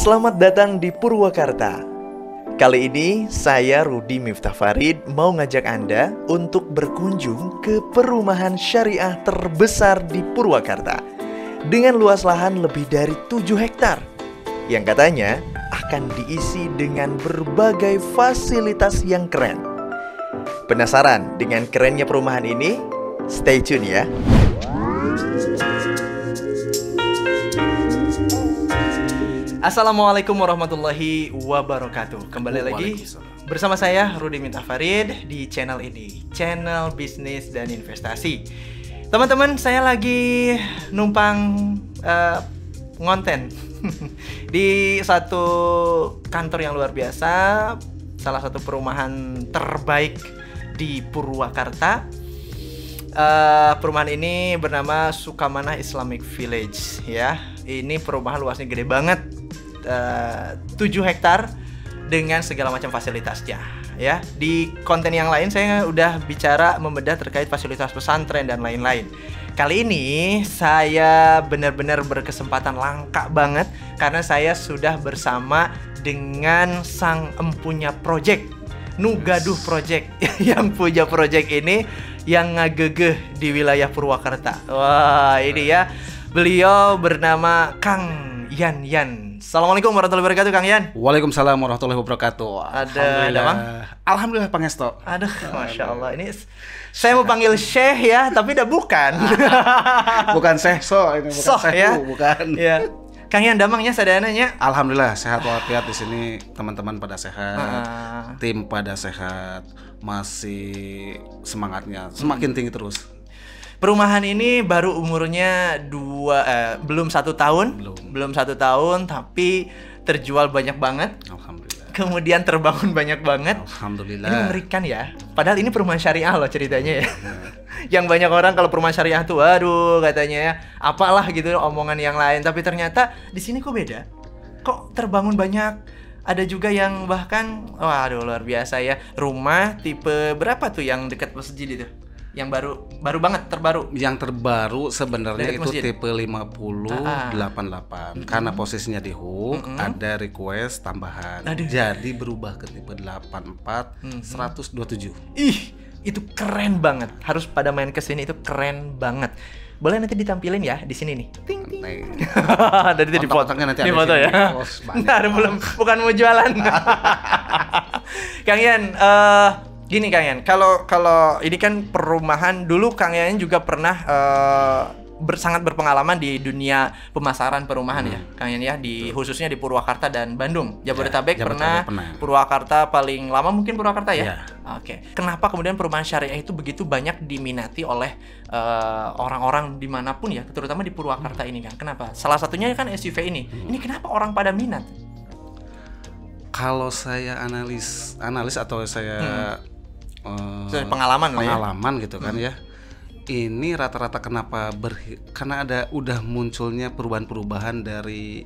Selamat datang di Purwakarta. Kali ini saya Rudi Miftah Farid mau ngajak Anda untuk berkunjung ke perumahan syariah terbesar di Purwakarta dengan luas lahan lebih dari 7 hektar yang katanya akan diisi dengan berbagai fasilitas yang keren. Penasaran dengan kerennya perumahan ini? Stay tune ya. Assalamualaikum warahmatullahi wabarakatuh. Kembali lagi bersama saya Rudi Miftah Farid di channel ini, channel bisnis dan investasi. Teman-teman, saya lagi numpang ngonten di satu kantor yang luar biasa, salah satu perumahan terbaik di Purwakarta. Perumahan ini bernama Sukamanah Islamic Village ya. Ini perumahan luasnya gede banget. 7 hektar dengan segala macam fasilitasnya ya. Di konten yang lain saya udah bicara membedah terkait fasilitas pesantren dan lain-lain. Kali ini saya benar-benar berkesempatan langka banget karena saya sudah bersama dengan sang empunya project, Nugaduh Project yang punya project ini yang ngagegeh di wilayah Purwakarta. Wah, ini ya. Beliau bernama Kang Yan. Assalamualaikum warahmatullahi wabarakatuh, Kang Yan. Waalaikumsalam warahmatullahi wabarakatuh. Ada Bang? Alhamdulillah Pangesto. Aduh, Masya Allah. Ini saya mau panggil Syekh ya, tapi udah bukan. Bukan Syekh, ini bukan Soh, Syekh, ya? bukan. Ya. Kang Yan damangnya sadananya. Alhamdulillah sehat walafiat di sini, teman-teman pada sehat, tim pada sehat, masih semangatnya semakin tinggi terus. Perumahan ini baru umurnya belum 1 tahun, belum 1 tahun, tapi terjual banyak banget. Alhamdulillah. Kemudian terbangun banyak banget. Alhamdulillah. Ini mengerikan ya. Padahal ini perumahan syariah loh ceritanya ya. Yang banyak orang kalau perumahan syariah tuh, aduh katanya ya, apalah gitu omongan yang lain. Tapi ternyata di sini kok beda. Kok terbangun banyak. Ada juga yang bahkan, waduh luar biasa ya. Rumah tipe berapa tuh yang dekat masjid itu? Yang baru banget, terbaru. Yang terbaru sebenarnya itu masjid. tipe 5088. Karena posisinya di hook, ada request tambahan. Jadi berubah ke tipe 84 127. Ih, itu keren banget. Harus pada main ke sini, itu keren banget. Boleh nanti ditampilin ya di sini nih. Ting ting. Dari itu Foto-fotonya nanti di ada foto sini. ya. Ntar belum, bukan mau jualan. Kang Yan, gini Kang Yan, kalau ini kan perumahan dulu Kang Yan juga pernah sangat berpengalaman di dunia pemasaran perumahan ya Kang Yan ya, khususnya di Purwakarta dan Bandung. Jabodetabek pernah. Purwakarta paling lama mungkin Purwakarta ya. Oke. Kenapa kemudian perumahan syariah itu begitu banyak diminati oleh orang-orang dimanapun ya, terutama di Purwakarta ini kan? Kenapa? Salah satunya kan SUV ini. Ini kenapa orang pada minat? Kalau saya analis atau saya pengalaman gitu kan ya. Ini rata-rata kenapa karena udah munculnya perubahan-perubahan dari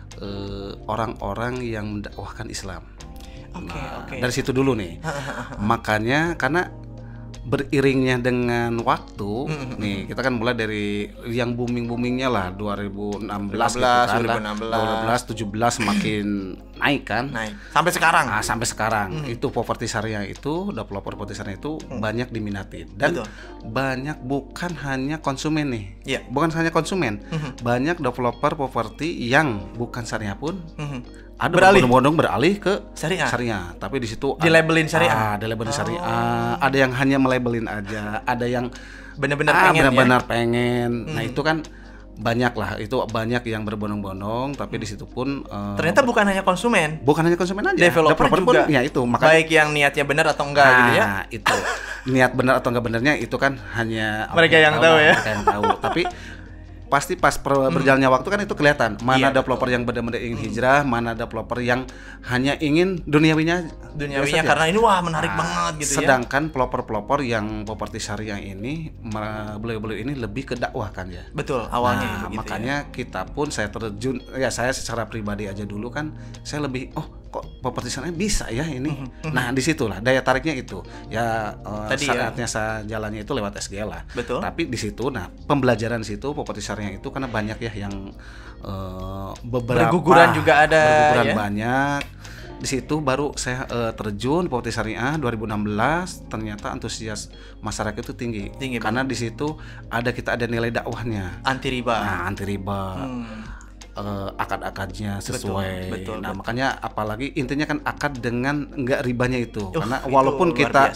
orang-orang yang mendakwahkan Islam. Oke. Dari situ dulu nih. Makanya karena beriringnya dengan waktu, nih kita kan mulai dari yang boomingnya lah 2016 gitu kan, 2016, 17 semakin naik kan, sampai sekarang. Sampai sekarang itu properti syariah itu, developer properti syariah itu banyak diminati dan banyak bukan hanya konsumen nih, bukan hanya konsumen, banyak developer properti yang bukan syariah pun. Ada berbondong-bondong beralih ke syariah. Tapi di situ dilabelin syariah. Ada yang hanya melabelin aja, ada yang benar-benar pengen. Nah, itu kan banyak lah, itu banyak yang berbondong-bondong, tapi di situ pun ternyata bukan hanya konsumen aja, developer juga pun, ya itu makanya, baik yang niatnya benar atau enggak gitu ya. Itu niat benar atau enggak benernya itu kan hanya mereka yang tahu ya. Mereka yang tahu. Tapi pasti pas berjalannya waktu kan itu kelihatan mana developer yang benar-benar ingin hijrah, mana developer yang hanya ingin duniawinya karena ini wah menarik banget gitu. Sedangkan pelopor-pelopor yang properti syariah ini, beliau-beliau ini lebih ke dakwah kan ya. Betul, awalnya begitu. Makanya kita pun saya terjun ya, saya secara pribadi aja dulu kan saya lebih kok properti syariah bisa ya ini. Nah, disitulah daya tariknya itu. Ya saatnya saya jalannya itu lewat SG lah. Betul. Tapi di situ pembelajaran situ properti syariah itu karena banyak ya yang beberapa berguguran juga ada berguguran ya? Banyak. Di situ baru saya terjun properti syariah 2016. Ternyata antusias masyarakat itu tinggi karena di situ kita ada nilai dakwahnya anti riba. Nah, anti riba. Akad-akadnya sesuai. Betul. Makanya apalagi intinya kan akad dengan enggak ribanya itu. Karena walaupun kita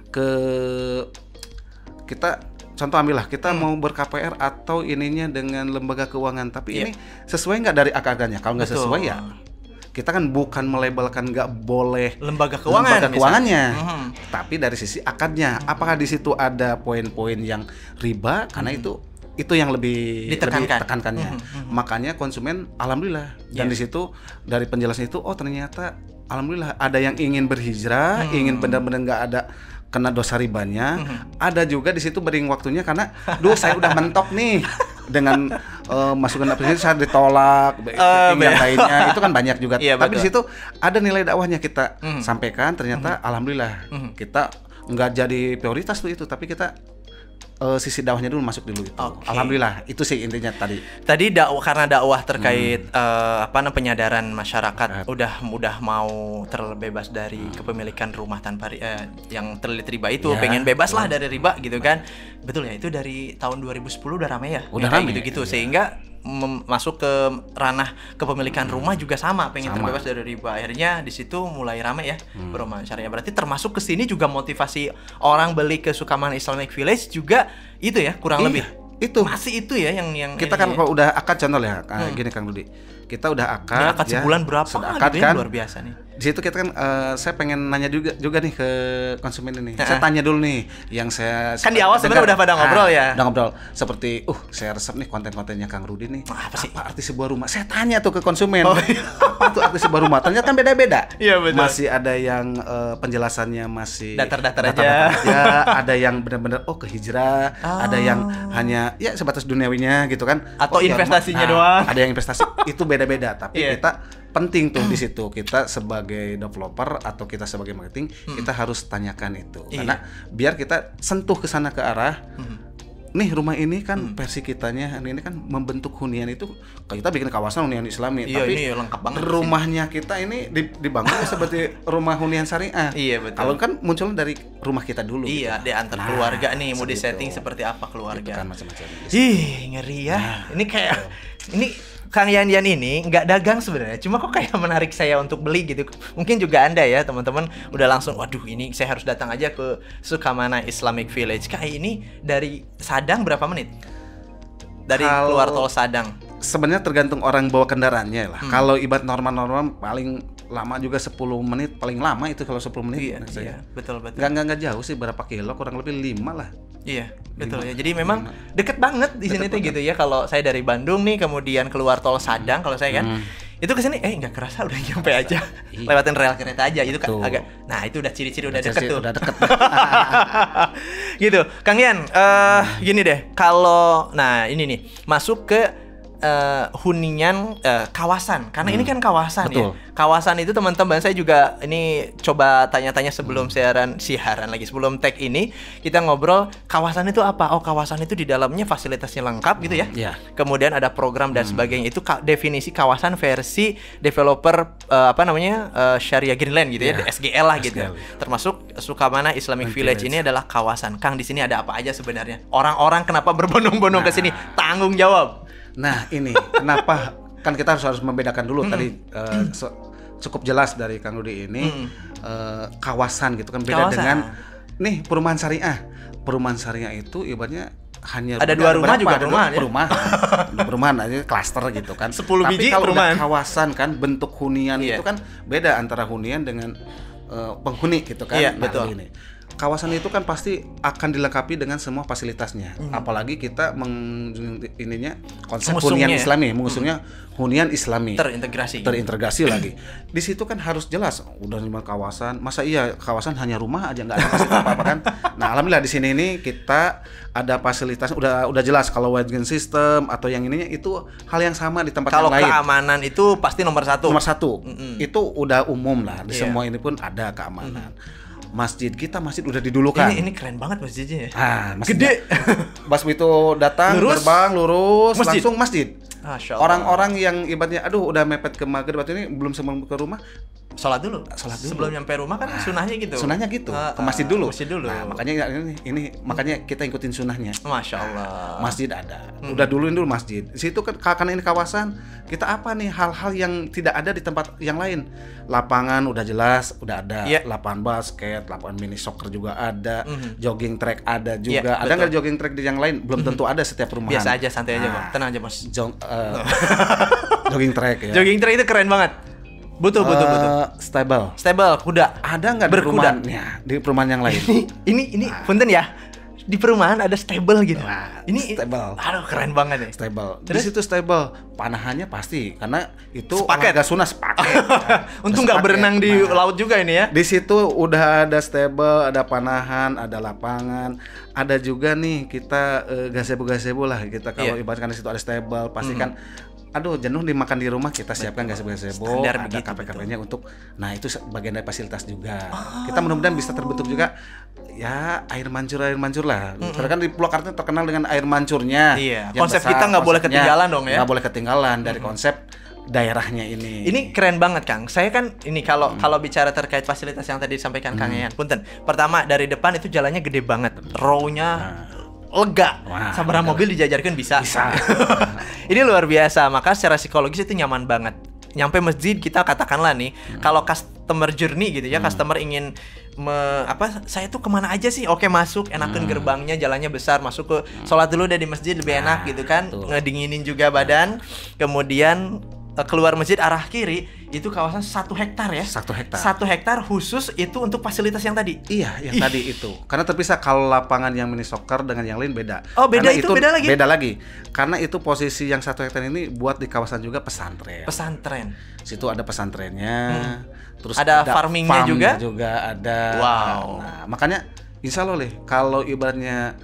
contoh ambillah kita mau ber-KPR atau ininya dengan lembaga keuangan, tapi ini sesuai nggak dari akad-akadnya? Kalau nggak sesuai ya kita kan bukan melabelkan nggak boleh lembaga keuangannya, tapi dari sisi akadnya, apakah di situ ada poin-poin yang riba? Karena itu yang lebih ditekankannya. Makanya konsumen alhamdulillah dan di situ dari penjelasan itu ternyata alhamdulillah ada yang ingin berhijrah, ingin benar-benar nggak ada kena dosa ribanya. Ada juga di situ bering waktunya karena saya udah mentok nih dengan masukan aplikasi saya ditolak, yang lainnya itu kan banyak juga. Tapi di situ ada nilai dakwahnya kita sampaikan, ternyata alhamdulillah kita nggak jadi prioritas tuh itu, tapi kita sisi dakwahnya dulu masuk dulu itu. Alhamdulillah itu sih intinya tadi. Karena dakwah terkait penyadaran masyarakat udah mau terbebas dari kepemilikan rumah tanpa yang terlilit riba itu, pengen bebas lah dari riba gitu kan. Betul ya, itu dari tahun 2010 udah ramai ya. Udah ramai gitu-gitu sehingga masuk ke ranah kepemilikan rumah juga pengen terbebas dari riba. Akhirnya di situ mulai ramai ya perumahan syariah. Berarti termasuk ke sini juga motivasi orang beli ke Sukamana Islamic Village juga itu ya kurang lebih. Itu masih itu ya yang kita kan kalau udah akad contoh ya gini Kang Rudi, kita udah akad sebulan berapa akad gitu kan luar biasa nih. Di situ kita kan saya pengen nanya juga nih ke konsumen ini. Saya tanya dulu nih yang saya kan di awal sebenarnya udah pada ngobrol ya. Udah ngobrol seperti saya resep nih konten-kontennya Kang Rudi nih. Apa arti sebuah rumah? Saya tanya tuh ke konsumen. Apa tuh arti sebuah rumah? Ternyata kan beda-beda. Iya betul. Masih ada yang penjelasannya masih datar-datar aja. Ada yang benar-benar ke hijrah, ada yang hanya ya sebatas duniawinya gitu kan. Atau investasinya doang. Ada yang investasi itu beda-beda, tapi kita penting tuh di situ kita sebagai developer atau kita sebagai marketing kita harus tanyakan itu karena biar kita sentuh ke sana ke arah nih rumah ini kan versi kitanya ini kan membentuk hunian itu kita bikin kawasan hunian Islami tapi ini lengkap banget rumahnya kita ini dibangun seperti rumah hunian syariah. Iya betul. Kalau kan munculnya dari rumah kita dulu. Iya gitu. Di antar keluarga nih mau disetting seperti apa keluarga. Kan macam-macam. Ngeri ya. Ini kayak ini Kang Yandian ini nggak dagang sebenarnya, cuma kok kayak menarik saya untuk beli gitu. Mungkin juga Anda ya teman-teman udah langsung, waduh ini saya harus datang aja ke Sukamana Islamic Village. Kayak ini dari Sadang berapa menit? Dari keluar tol Sadang? Sebenarnya tergantung orang bawa kendaraannya lah. Kalau ibarat normal paling lama juga 10 menit, paling lama itu kalau 10 menit. Iya, betul. Nggak jauh sih, berapa kilo, kurang lebih 5 lah. Iya, betul ya. Jadi memang deket banget di sini tuh gitu ya. Kalau saya dari Bandung nih, kemudian keluar tol Sadang kalau saya kan, itu ke sini nggak kerasa udah nyampe aja. Lewatin rel kereta aja itu kan agak. Nah, itu udah ciri-ciri udah deket tuh. Udah deket. Gitu. Kang Yan, gini deh. Kalau ini nih, masuk ke hunian kawasan karena ini kan kawasan. Betul. Ya kawasan itu teman-teman saya juga ini coba tanya-tanya sebelum siaran lagi sebelum tag ini kita ngobrol kawasan itu apa. Kawasan itu di dalamnya fasilitasnya lengkap gitu ya. Kemudian ada program dan sebagainya. Itu definisi kawasan versi developer Syariah Greenland gitu ya, SGL lah gitu. Termasuk Sukamana Islamic Village ini adalah kawasan. Kang, di sini ada apa aja sebenarnya? Orang-orang kenapa berbondong-bondong ke sini? Tanggung jawab. Nah ini kenapa kan kita harus membedakan dulu tadi cukup jelas dari Kang Rudi ini kawasan gitu kan beda dengan nih perumahan syariah. Perumahan syariah itu ibaratnya hanya ada dua rumah juga perumahan aja klaster gitu kan. 10 Tapi biji kalau perumahan. Kawasan kan bentuk hunian itu kan beda antara hunian dengan penghuni gitu kan. Betul. Ini. Kawasan itu kan pasti akan dilengkapi dengan semua fasilitasnya. Apalagi kita ininya konsep hunian Islami, mengusungnya hunian Islami. Terintegrasi lagi. Di situ kan harus jelas udah lima kawasan. Masa iya kawasan hanya rumah aja nggak ada fasilitas apa-apa kan? Nah, alhamdulillah di sini ini kita ada fasilitas udah jelas kalau wide system atau yang ininya itu hal yang sama di tempat yang lain. Kalau keamanan itu pasti nomor satu. Itu udah umum lah. Di semua ini pun ada keamanan. masjid kita udah didulukan. Ini keren banget masjidnya ya. Masjid gede. Pas itu datang gerbang lurus masjid. Langsung masjid. Orang-orang yang ibaratnya aduh udah mepet ke maghrib atau ini belum sebelum ke rumah sholat dulu. Sebelum nyampe rumah kan sunahnya gitu. Sunahnya gitu. Ke masjid dulu. Nah, makanya makanya kita ikutin sunahnya. Masya Allah. Masjid ada. Udah duluin dulu masjid. Di situ kan karena ini kawasan kita apa nih hal-hal yang tidak ada di tempat yang lain. Lapangan udah jelas, udah ada. Lapangan basket, lapangan mini soccer juga ada. Jogging track ada juga. Ada nggak jogging track di yang lain? Belum tentu ada setiap rumahan. Biasa aja, santai aja, Bang. Tenang aja, Mas. Jogging track ya. Jogging track itu keren banget. Butuh. Stable kuda. Ada nggak di perumahan? Ya, di perumahan yang lain. ini punten ya. Di perumahan ada stable gitu. Ini stable. Aduh, keren banget ya. Stable. Di situ stable. Panahannya pasti karena itu warga sunah sepaket. Untung nggak berenang di laut juga ini ya. Di situ udah ada stable, ada panahan, ada lapangan, ada juga nih kita gazebo lah kita kalau ibaratkan di situ ada stable, pasti kan aduh jenuh dimakan di rumah kita siapkan gazebo, ada kafe-kafenya untuk, nah itu bagian dari fasilitas juga. Kita mudah-mudahan bisa terbentuk juga ya air mancur lah. Karena kan di Purwakarta terkenal dengan air mancurnya. Iya. Konsep besar, kita nggak boleh ketinggalan dong ya. Nggak boleh ketinggalan dari konsep daerahnya ini. Ini keren banget Kang. Saya kan ini kalau bicara terkait fasilitas yang tadi disampaikan Kang Yayan. Punten. Pertama dari depan itu jalannya gede banget. Row-nya lega. Sabar mobil dijajarkan bisa. Ini luar biasa. Maka secara psikologis itu nyaman banget. Nyampe masjid kita katakanlah nih, kalau customer journey gitu ya, customer ingin saya tuh kemana aja sih? Oke, masuk, enakan gerbangnya, jalannya besar, masuk ke sholat dulu deh di masjid lebih enak gitu kan, ngedinginin juga badan. Kemudian keluar masjid arah kiri itu kawasan 1 hektar ya. 1 hektar. 1 hektar khusus itu untuk fasilitas yang tadi. Iya, yang tadi itu. Karena terpisah kalau lapangan yang mini soccer dengan yang lain beda. Oh, beda. Itu beda lagi. Beda lagi. Karena itu posisi yang 1 hektar ini buat di kawasan juga pesantren. Situ ada pesantrennya. Terus ada farmingnya juga ada. Wow. Nah, makanya insya Allah kalau ibaratnya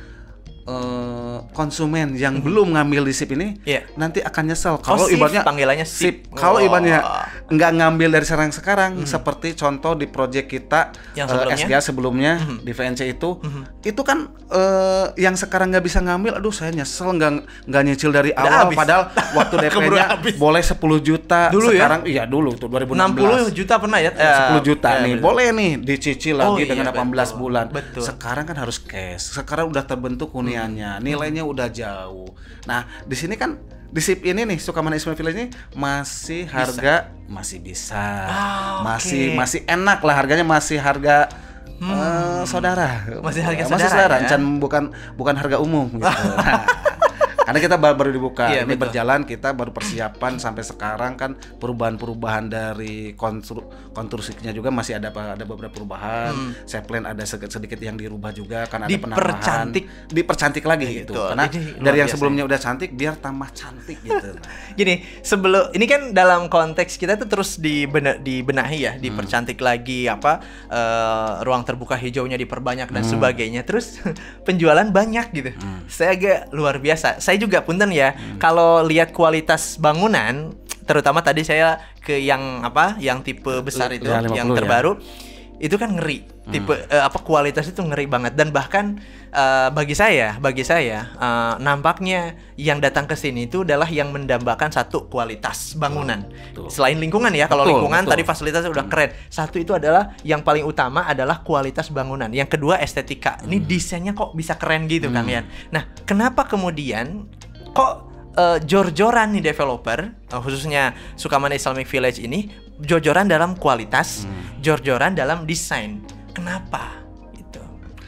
konsumen yang belum ngambil di SIP ini nanti akan nyesel kalau ibaratnya panggilannya SIP. Kalau ibaratnya nggak ngambil dari sekarang seperti contoh di project kita yang SGA sebelumnya di VNC itu kan yang sekarang nggak bisa ngambil, aduh saya nyesel nggak nyicil dari awal padahal waktu DP-nya boleh 10 juta dulu sekarang dulu tuh 60 2016 juta pernah ya 10 juta nih boleh nih dicicil lagi dengan 18 bulan. Betul. Sekarang kan harus cash, sekarang udah terbentuk nilainya udah jauh. Nah, di sini kan di SIP ini nih Sukamana Ismail Village ini masih harga masih bisa. Masih enak lah harganya, masih harga saudara. Masih harga saudara. Ya? Bukan harga umum gitu. Karena kita baru dibuka, ini berjalan, kita baru persiapan sampai sekarang kan perubahan-perubahan dari konstruksinya juga masih ada beberapa perubahan. Plan ada sedikit yang dirubah juga kan ada penambahan. Dipercantik lagi gitu. Karena dari yang sebelumnya udah cantik biar tambah cantik gitu. Gini, ini kan dalam konteks kita tuh terus dibenahi ya, dipercantik lagi ruang terbuka hijaunya diperbanyak dan sebagainya. Terus penjualan banyak gitu. Saya agak luar biasa. Saya juga punten ya, kalau lihat kualitas bangunan, terutama tadi saya ke yang tipe besar itu, yang terbaru, itu kan ngeri. Tipe kualitas itu ngeri banget, dan bahkan bagi saya nampaknya yang datang ke sini itu adalah yang mendambakan satu kualitas bangunan. Selain lingkungan ya, kalau lingkungan tadi fasilitasnya udah keren. Satu itu adalah yang paling utama adalah kualitas bangunan. Yang kedua estetika. Ini desainnya kok bisa keren gitu Kang Yan. Nah, kenapa kemudian kok jor-joran nih developer, khususnya Sukamana Islamic Village ini jor-joran dalam kualitas, jor-joran dalam desain. Kenapa? Gitu.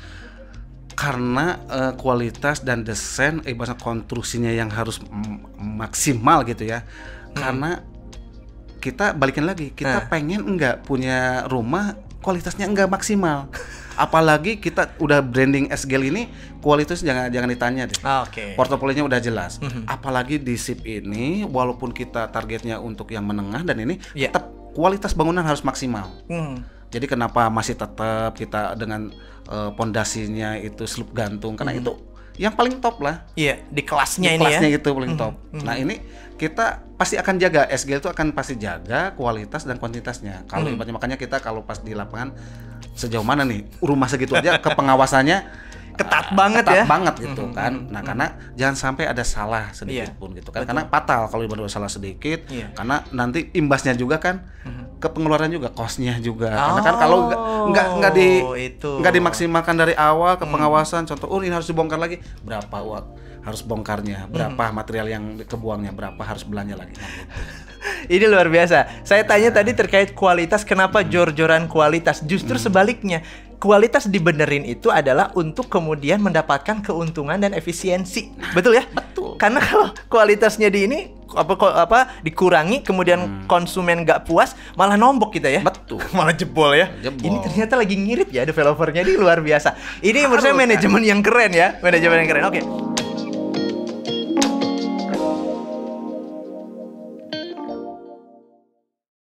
Karena kualitas dan desain ibarat konstruksinya yang harus maksimal gitu ya. Karena kita balikin lagi, kita pengen enggak punya rumah kualitasnya enggak maksimal. Apalagi kita udah branding SGL ini, kualitas jangan ditanya deh. Portofolionya udah jelas. Apalagi di SIP ini, walaupun kita targetnya untuk yang menengah dan ini, tetap kualitas bangunan harus maksimal. Jadi kenapa masih tetap kita dengan pondasinya itu slope gantung, karena itu yang paling top lah. Iya, di kelasnya ini kelasnya itu paling top. Nah ini kita pasti akan jaga, SGL itu akan pasti jaga kualitas dan kuantitasnya. Kalau makanya kita kalau pas di lapangan sejauh mana nih rumah segitu aja ke pengawasannya ketat banget gitu kan. Nah, karena jangan sampai ada salah sedikit pun gitu kan. Karena fatal kalau ibarat salah sedikit. Karena nanti imbasnya juga kan ke pengeluaran juga, cost-nya juga. Karena kan kalau nggak dimaksimalkan dari awal ke pengawasan, contoh ini harus dibongkar lagi, berapa uang harus bongkarnya, berapa material yang kebuangnya, berapa harus belanja lagi. Nah, gitu. Ini luar biasa. Saya tanya tadi terkait kualitas, kenapa jor-joran kualitas? Justru sebaliknya, kualitas dibenerin itu adalah untuk kemudian mendapatkan keuntungan dan efisiensi. Betul ya? Betul. Karena kalau kualitasnya dikurangi, kemudian konsumen nggak puas, malah nombok kita ya. Betul. Malah jebol ya. Ini ternyata lagi ngirit ya developernya, ini luar biasa. Ini menurut saya manajemen yang keren ya, manajemen yang keren. Oke.